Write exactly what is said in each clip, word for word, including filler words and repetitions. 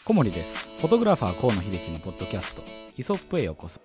小森です。フォトグラファー河野秀樹のポッドキャストイソップへようこそ。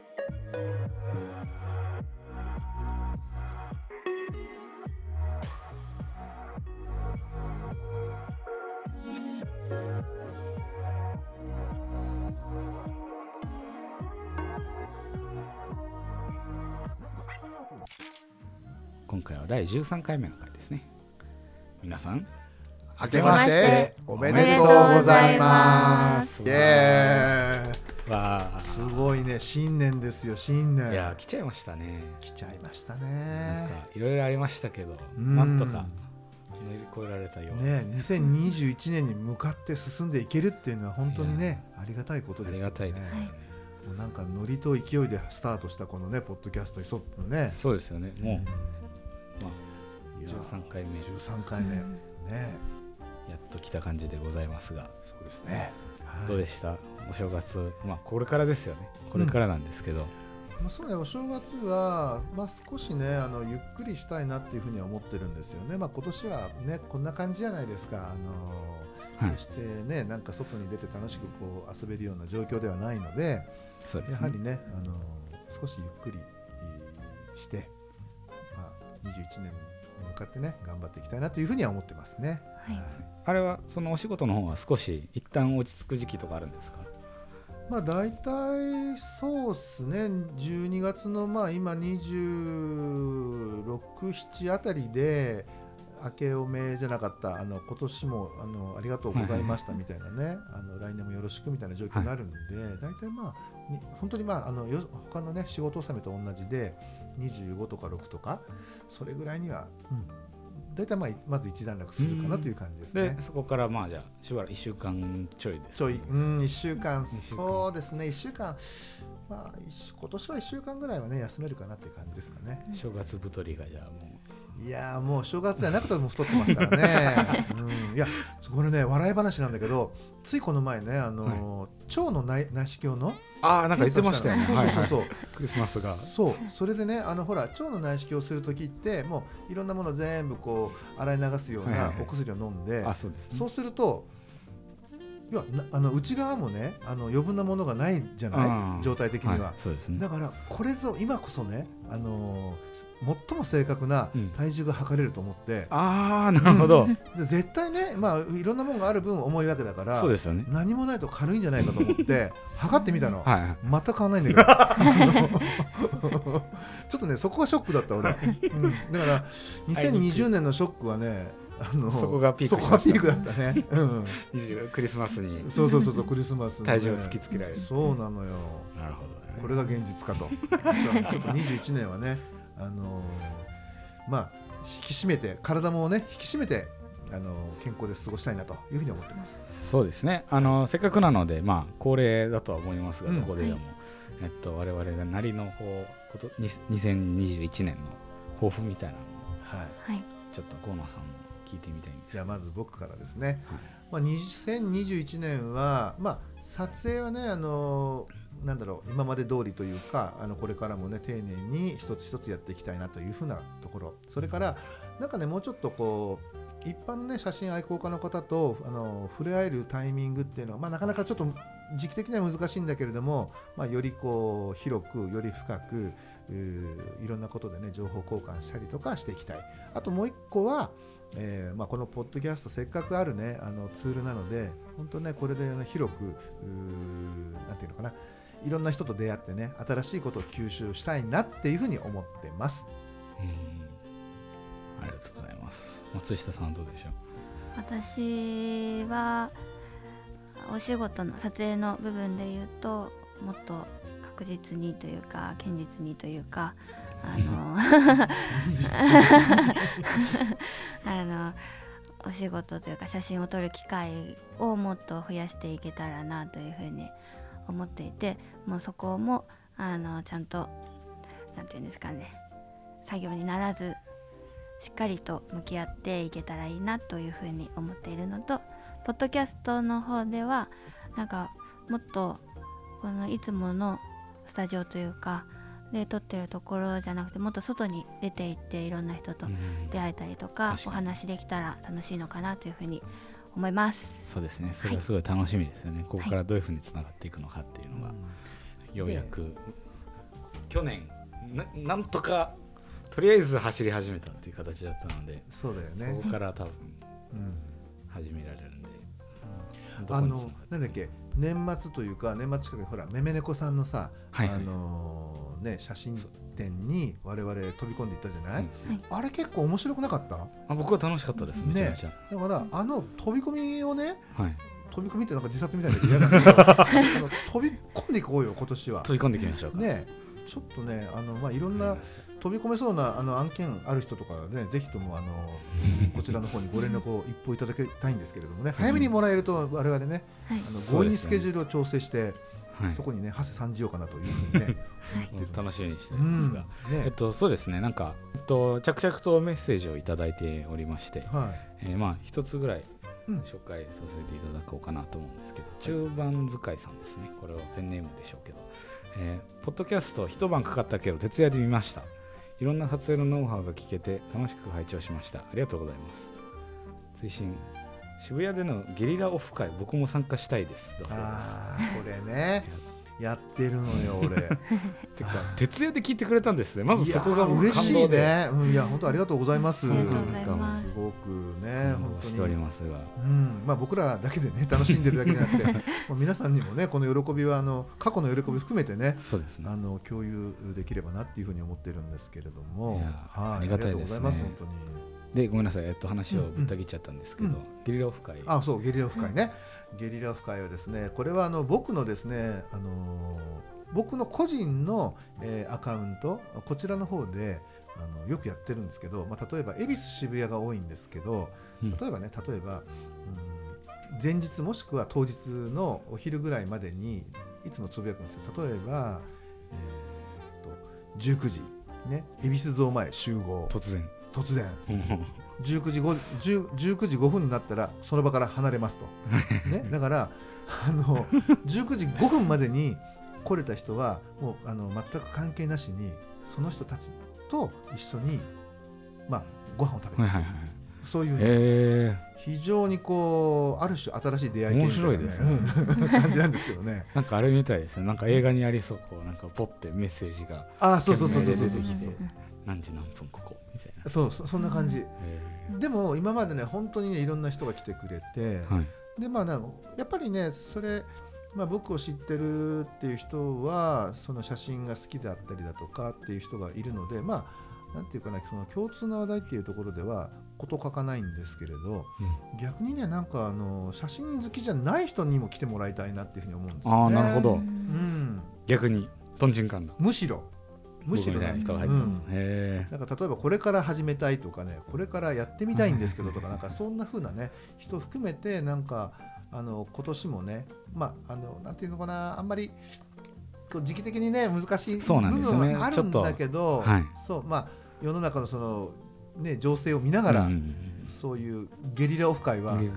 今回はだいじゅうさんかいめの回ですね。皆さん明けましておめでとうございます。イエーイ。 わー、 すごいね、新年ですよ。新年いや来ちゃいましたね。 来ちゃいましたなんね。 かいろいろありましたけど、 うんなんとか乗り越えられたような、 ね、にせんにじゅういちねんに向かって進んでいけるっていうのは本当にね、ありがたいことですよね。 ありがたいですよね。 もうなんかノリと勢いでスタートしたこのねポッドキャストイソップのね。 そうですよね。もう、 うんまあ、 いやじゅうさんかいめじゅうさんかいめ、 うんね、 やっと来た感じでございますが、 そうですね、はい、 どうでしたお正月。まあこれからですよね。これからなんですけど、 まあ、そうね、お正月は、まあ、少しねあのゆっくりしたいなっていうふうには思ってるんですよね。まあ、今年はねこんな感じじゃないですか。あの、 はい、 決してねなんか外に出て楽しくこう遊べるような状況ではないので、 そうですね、 やはりねあの少しゆっくりして、まあ、にじゅういちねんに向かってね頑張っていきたいなというふうには思ってますね。 はいはい、 あれはそのお仕事の方は少し一旦落ち着く時期とかあるんですか？ まあ、大体そうですね、じゅうにがつのまあ今にじゅうろく、しちあたりで明けおめじゃなかったあの今年も あのありがとうございましたみたいなね、あの来年もよろしくみたいな状況になるんで、大体まあに本当にまああのよ他のね仕事納めと同じでにじゅうごとかろくとかそれぐらいには、うん、大体まあまず一段落するかなという感じですね。 でそこからまあじゃあしばらくいっしゅうかんちょいです、ね、 ちょい、うん、いっしゅうかん、 いっしゅうかんそうですね、いっしゅうかん、まあ、今年はいっしゅうかんぐらいはね休めるかなっていう感じですかね。 正月太りがじゃあもいやーもう正月じゃなくても太ってますからね、うん、いやこれね笑い話なんだけど、ついこの前ねあのー、腸の内内視鏡のう、ああなんか言ってましたよね。 そうそうそうそう、 はいはい、クリスマスがそうそれでねあのほら腸の内視鏡をするときってもういろんなもの全部こう洗い流すようはいはいはいなお薬を飲んで、 あそうですね、 そうするといやなあの内側もねあの余分なものがないじゃない状態的には、 はい、そうですね。 だからこれぞ今こそね、あのー、最も正確な体重が測れると思って、 うん、ああなるほど、 うん、で絶対ね、まあ、いろんなものがある分重いわけだからそうですよね、 何もないと軽いんじゃないかと思って測ってみたの、 はいはい、 全く変わらないんだけどちょっとねそこがショックだった俺、うん、だからにせんにじゅうねんのショックはねあのそこがピークしそました。 こがピークだったね、うん、 クリスマスにそうそうそうそうクリスマス、ね、 体重を突きつけられる。 そうなのよ。 なるほど、ね、 これが現実かとちょっとにじゅういちねんはね、あのー、まあ引き締めて体もね引き締めて、あのー、健康で過ごしたいなというふうに思ってます。 そうですね、あのー、せっかくなのでまあ恒例だとは思いますが、 うん、 どこででも、はい、えっと、我々がなりのこうことにせんにじゅういちねんの抱負みたいなのを、 はいはい、 ちょっと河野さんも聞いてみたいんです。 じゃあまず僕からですね、 はい、 まあ、にせんにじゅういちねんは、まあ、撮影はね、あのー、なんだろう今まで通りというか、あのこれからもね丁寧に一つ一つやっていきたいなというふうなところ、それからなんかねもうちょっとこう一般のね写真愛好家の方とあの触れ合えるタイミングっていうのは、まあ、なかなかちょっと時期的には難しいんだけれども、まあ、よりこう広くより深くいろんなことでね情報交換したりとかしていきたい。あともう一個はえーまあ、このポッドキャストせっかくあるねあのツールなので本当ねこれで、ね、広くなんていうのかないろんな人と出会ってね新しいことを吸収したいなっていうふうに思ってます。 うん、ありがとうございます。松下さんはどうでしょう？ 私はお仕事の撮影の部分で言うともっと確実にというか堅実にというかあのあのお仕事というか写真を撮る機会をもっと増やしていけたらなというふうに思っていて、もうそこもあのちゃんとなんていうんですかね、作業にならずしっかりと向き合っていけたらいいなというふうに思っているのと、ポッドキャストの方ではなんかもっとこのいつものスタジオというかで撮ってるところじゃなくてもっと外に出て行っていろんな人と出会えたりとか、お話できたら楽しいのかなというふうに思います。 そうですね、それはすごい楽しみですよね、はい、ここからどういうふうにつながっていくのかっていうのが、はい、ようやく去年 な, なんとかとりあえず走り始めたっていう形だったので、 そうだよね、 ここから多分、うん、始められるんで、 うん、あのなんだっけ、年末というか年末近くにほらめめ猫さんのさ、はいはい、あのーね、写真展に我々飛び込んでいったじゃない、うん、あれ結構面白くなかった？ あ、僕は楽しかったです、めちゃめちゃ、 ね、だからあの飛び込みをね、はい、飛び込みってなんか自殺みたいな嫌だけどあの飛び込んでいこうよ今年は。 飛び込んでいきましょうかね。ちょっとね、あの、まあ、いろんな飛び込めそうなあの案件ある人とかね、ぜひともあのこちらの方にご連絡を一報いただきたいんですけれどもね、早めにもらえると我々ね、はい、あの強引にスケジュールを調整して、はい、そこにね馳せ参じようかなというふうにね楽しみにしておりますが、うんね、えっとそうですね、なんか、えっと、着々とメッセージをいただいておりまして、はい、えー、まあ一つぐらい紹介させていただこうかなと思うんですけど、中盤使いさんですね、これはペンネームでしょうけど、えー、ポッドキャスト一晩かかったけど徹夜で見ました。いろんな撮影のノウハウが聞けて楽しく拝聴しました。ありがとうございます。追伸、渋谷でのゲリラオフ会、僕も参加したいです。だそうです。 あー、これねやってるのよ俺てか徹夜で聞いてくれたんですね。まずそこが嬉しいね、うん、いや本当ありがとうございます。 ありがとうございます。 すごくね、本当にしておりますが、 うん、まあ、僕らだけでね楽しんでるだけじゃなくてもう皆さんにもねこの喜びはあの過去の喜び含めてね、そうですね、あの共有できればなっていうふうに思ってるんですけれども、はい、 ありがたいですね。ありがとうございます。 本当に。 で、ごめんなさい、えっと、話をぶった切っちゃったんですけど、うんうん、ゲリラオフ会、 あ、そうゲリラオフ会ね、うん、ゲリラオフ会はですね、これはあの僕のですね、あのー僕の個人の、えー、アカウント、こちらの方であのよくやってるんですけど、まあ、例えば恵比寿渋谷が多いんですけど、例えばね、例えば、うん、前日もしくは当日のお昼ぐらいまでにいつもつぶやくんですよ。例えば、えー、とじゅうくじ、ね、恵比寿像前集合、 突然突然じゅうくじごふんになったらその場から離れますと、ね、だからあのじゅうくじごふんまでに来れた人はもうあの全く関係なしにその人たちと一緒に、まあ、ご飯を食べる、はいはいはい、そういう、えー、非常にこうある種新しい出会い系みたいな、ね、面白いですね感じなんですけどねなんかあれみたいですね、なんか映画にありそう、こうなんかポッてメッセージがあそうそうそうそうそう出てきて何時何分ここみたいな、 そうそそんな感じ、でも今までね本当にねいろんな人が来てくれて、はい、でまあなんかやっぱりねそれまあ、僕を知ってるっていう人はその写真が好きだったりだとかっていう人がいるので、まあなんていうかな、その共通の話題っていうところでは事欠かないんですけれど、うん、逆にねなんかあの写真好きじゃない人にも来てもらいたいなっていうふうに思うんですよね。 ああなるほど、うん、逆にとんちんかんだ、 むしろむしろね、 人が入った、うん、へなんか例えばこれから始めたいとかね、これからやってみたいんですけどとかなんかそんな風なね人含めてなんかあの今年もね、まあ、あのなんていうのかな、あんまりこう時期的にね難しい部分はあるんだけど、はい、そうまあ、世の中のその、ね、情勢を見ながら、うん、そういうゲリラオフ会は、うん、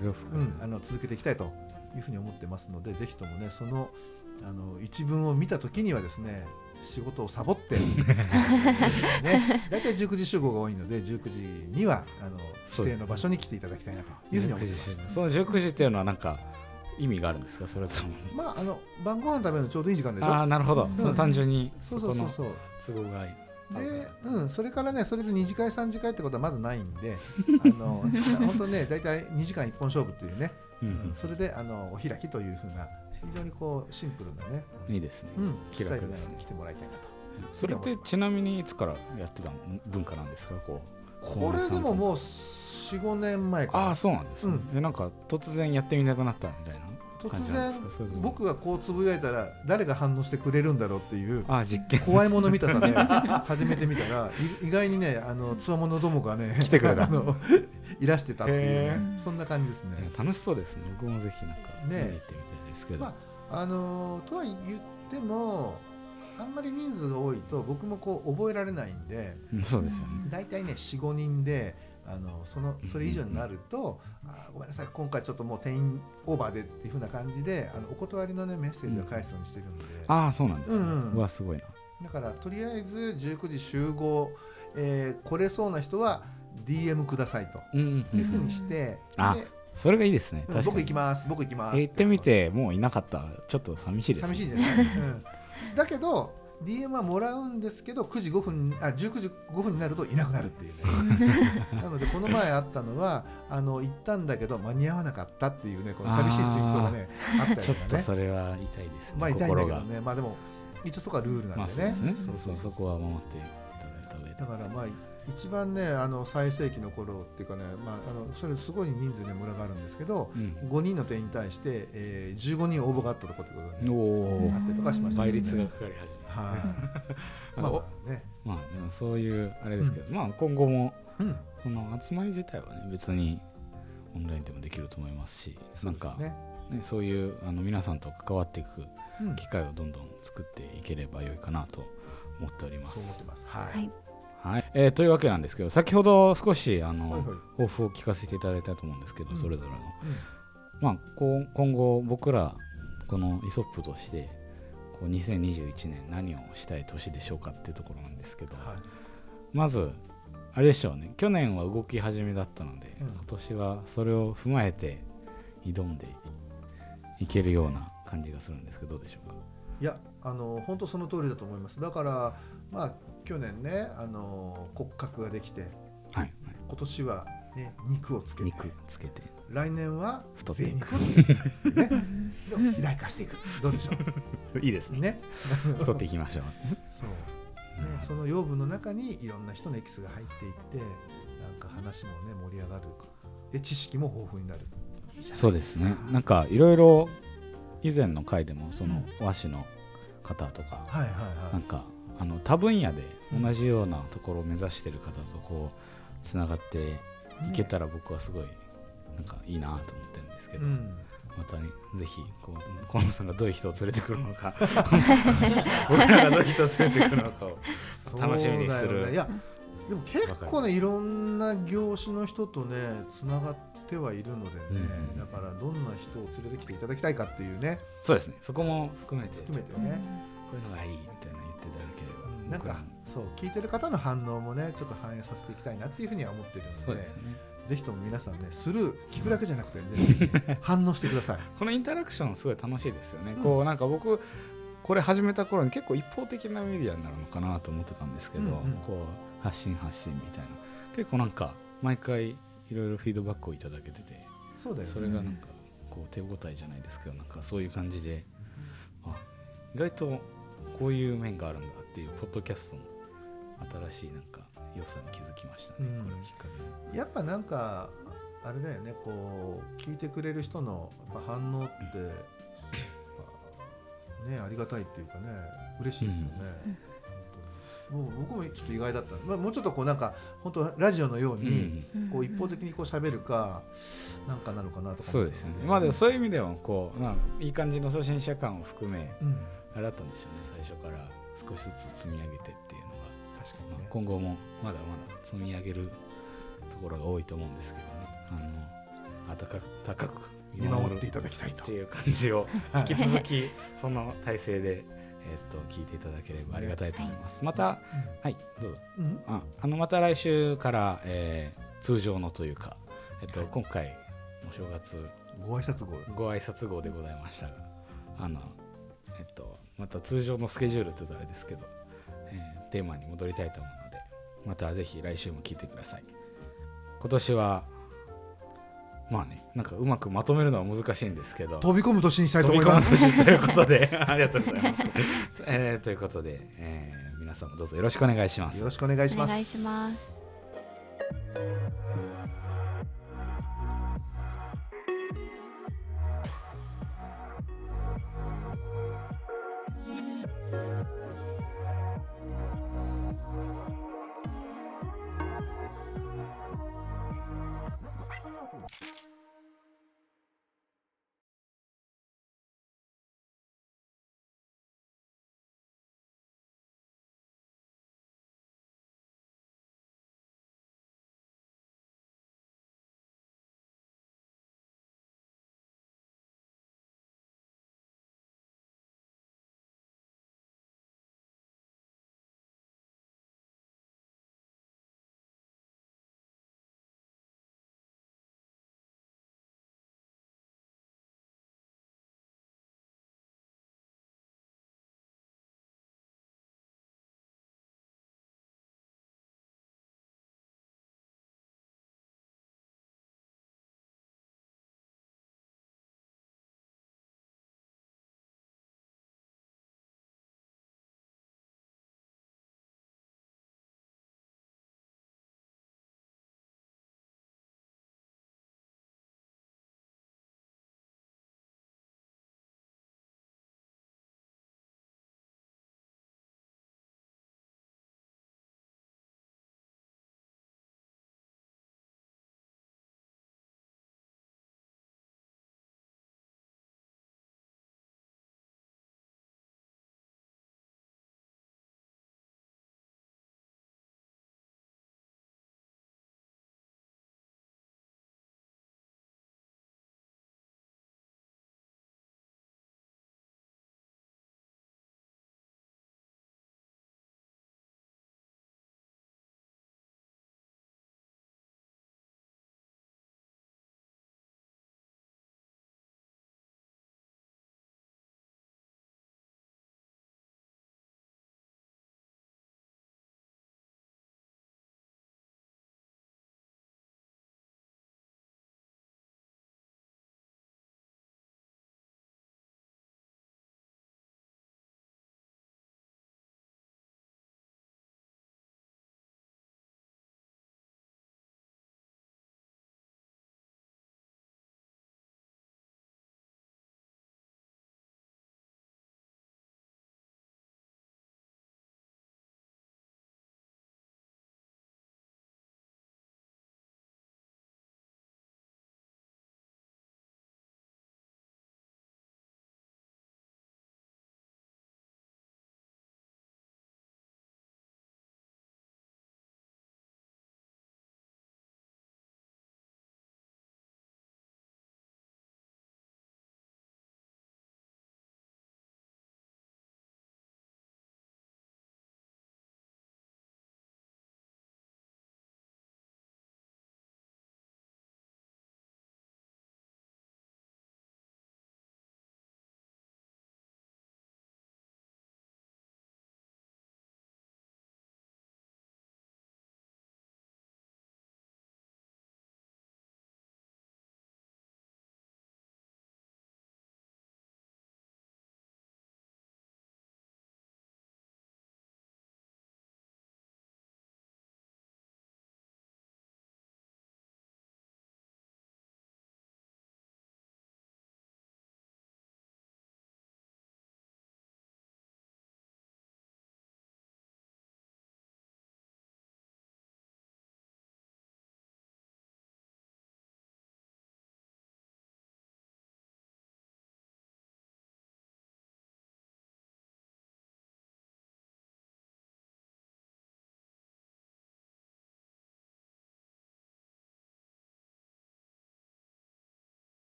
あの続けていきたいというふうに思ってますので、ぜひともねその、あの一文を見たときにはですね仕事をサボってね、だいたいじゅうくじ集合が多いのでじゅうくじにはあの指定の場所に来ていただきたいなというふうに思ってます。 そのじゅうくじっていうのはなんか意味があるんですか？それともまああの晩ご飯食べるのちょうどいい時間でしょ。 ああなるほど、うん、単純にそうそうそうそう都合がいいで、うん、それからねそれでに次会さん次会ってことはまずないんであの本当ねだいたいにじかんいっぽん勝負っていうね、うんうん、それであのお開きというふうな非常にこうシンプルなねいいですね、 うん、スタイルで来てもらいたいなと。 それってちなみにいつからやってた文化なんですか？こうこれでももう よん、ごねんまえから。 ああそうなんですね、うん、なんか突然やってみたくなったみたいな突然僕がこうつぶやいたら誰が反応してくれるんだろうっていうあ実験怖いもの見たさで始めてみたら意外にねあのつわものどもがね来てくれたいらしてたっていう、ね、そんな感じですね。 楽しそうですね。僕もぜひなんか見に行ってみたいですけど、 まああのー、とは言ってもあんまり人数が多いと僕もこう覚えられないんで、 そうですよね。 だいたいね よん、ごにんであの そ, のそれ以上になると、うんうん、あごめんなさい今回ちょっともう定員オーバーでっていう風な感じであのお断りの、ね、メッセージを返すようにしてるんで、うん、 ああそうなんですね、うんうん、うわすごいな。 だからとりあえずじゅうくじ集合、えー、来れそうな人は ディーエム くださいという風にして、うんうんうん、でそれがいいですね。 僕行きます僕行きます行ってみてもういなかったらちょっと寂しいですね。 寂しいじゃない、うん、だけど ディーエム はもらうんですけどくじごふんあじゅうくじごふんになるといなくなるっていうねなのでこの前あったのはあの行ったんだけど間に合わなかったっていうねこの寂しいツイートがねあったりとかね。 ちょっとそれは痛いですね。 まあ痛いんだけどね、まあでも一応そこはルールなんでね、まあ、そうですね。 そうそうそこは守っていただいた上で、 だからまあ一番ねあの最盛期の頃っていうかね、まあ、あのそれすごい人数で村があるんですけど、うん、ごにんの定員に対して、えー、じゅうごにん応募があったところってことにあったりとかしましたね。 倍率がかかり始め、はい、まあまあね、まあそういうあれですけど、うん、まあ今後も、うん、その集まり自体はね別にオンラインでもできると思いますし、なんかね、ねそういうあの皆さんと関わっていく機会をどんどん作っていければよいかなと思っております。 そう思ってます。はい。はいはいえー、というわけなんですけど、先ほど少しあの、はいはい、抱負を聞かせていただいたと思うんですけど、うん、それぞれの、うんまあ、こう今後僕らこのイソップとしてこうにせんにじゅういちねん何をしたい年でしょうかっていうところなんですけど、はい、まずあれでしょうね、去年は動き始めだったので、うん、今年はそれを踏まえて挑んでいけるような感じがするんですけど、どうでしょうか。 いやあの本当その通りだと思います。だからまあ去年ねあの骨格ができて、はいはい、今年は、ね、肉をつけて肉つけて来年は贅肉をつけて、ね、肥大化していく。どうでしょういいです ね, ね太っていきましょうそう、ね、その養分の中にいろんな人のエキスが入っていってなんか話も、ね、盛り上がるで知識も豊富になる。 いいじゃないですか。そうですね。なんかいろいろ以前の回でもその和紙の方とか、うんはいはいはい、なんかあの多分野で同じようなところを目指している方とこうつながっていけたら僕はすごいなんかいいなと思ってるんですけど、うん、またねぜひこう河野さんがどういう人を連れてくるのか僕らがどういう人を連れてくるのかを楽しみにする。 ね、いやでも結構ねいろんな業種の人とねつながってはいるのでね、うん、だからどんな人を連れてきていただきたいかっていうね。 そうですね。そこも含めて含めてね、 こういうのがいいみたいな言っていただければ、うん、 なんかそう聞いてる方の反応もねちょっと反映させていきたいなっていうふうには思っているので、そうですね。ぜひとも皆さんねスルー聞くだけじゃなくて、ね、反応してください。 このインタラクションすごい楽しいですよね。うん、こうなんか僕これ始めた頃に結構一方的なメディアになるのかなと思ってたんですけど、うんうん、こう発信発信みたいな結構なんか毎回いろいろフィードバックをいただけてて、 そうだよね、 それがなんかこう手応えじゃないですけどなんかそういう感じで、あ意外とこういう面があるんだっていうポッドキャストの新しいなんか良さに気づきましたね、うん、これきっかけに。 やっぱなんかあれだよね、こう聞いてくれる人のやっぱ反応ってねありがたいっていうかね嬉しいですよね、うん、もう僕もちょっと意外だった、まあ、もうちょっとこうなんか本当ラジオのようにこう一方的にこう喋るかなんかなのかなとか、 そうですね。まあでもそういう意味ではこうなんかいい感じの初心者感を含め、うん、あれだったんでしょうね、最初から少しずつ積み上げてっていうのが確かに、ね、まあ、 今後もまだまだ積み上げるところが多いと思うんですけどね、あの温かく高く見守っていただきたいとっていう感じを引き続きその体制でえっと聞いていただければありがたいと思います。また、はい、はい、どうぞ、うん、ああのまた来週から、えー、通常のというか、えっと、今回お正月ご挨拶号ご挨拶号でございましたが、あの、えっと、また通常のスケジュールというとあれですけど、えー、テーマに戻りたいと思うのでまたぜひ来週も聞いてください。今年はまあね、なんかうまくまとめるのは難しいんですけど飛び込む年にしたいと思います。 飛び込む年ということでありがとうございます、えー、ということで、えー、皆さんもどうぞよろしくお願いします。 よろしくお願いします。 お願いします。